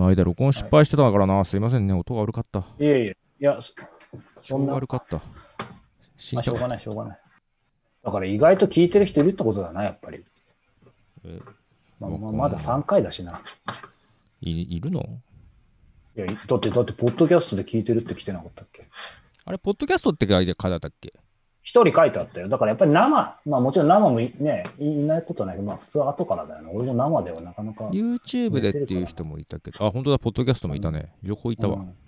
間録音失敗してたからな。すいませんね。音が悪かった。 いえいえ、いや、 音が悪かった。 しょうがない、しょうがない。だから意外と聞いてる人いるってことだな、やっぱり。まだ3回だしな。 いるの？ いや、だって、ポッドキャストで聞いてるって来てなかったっけ？ あれ、ポッドキャストって書いてあったっけ？ 一人書いてあったよ。だからやっぱり生、まあもちろん生もね、いないことはないけど、まあ普通は後からだよね。俺も生ではなかなか。 YouTube でっていう人もいたけど、あ、本当だ、ポッドキャストもいたね。両方いたわ。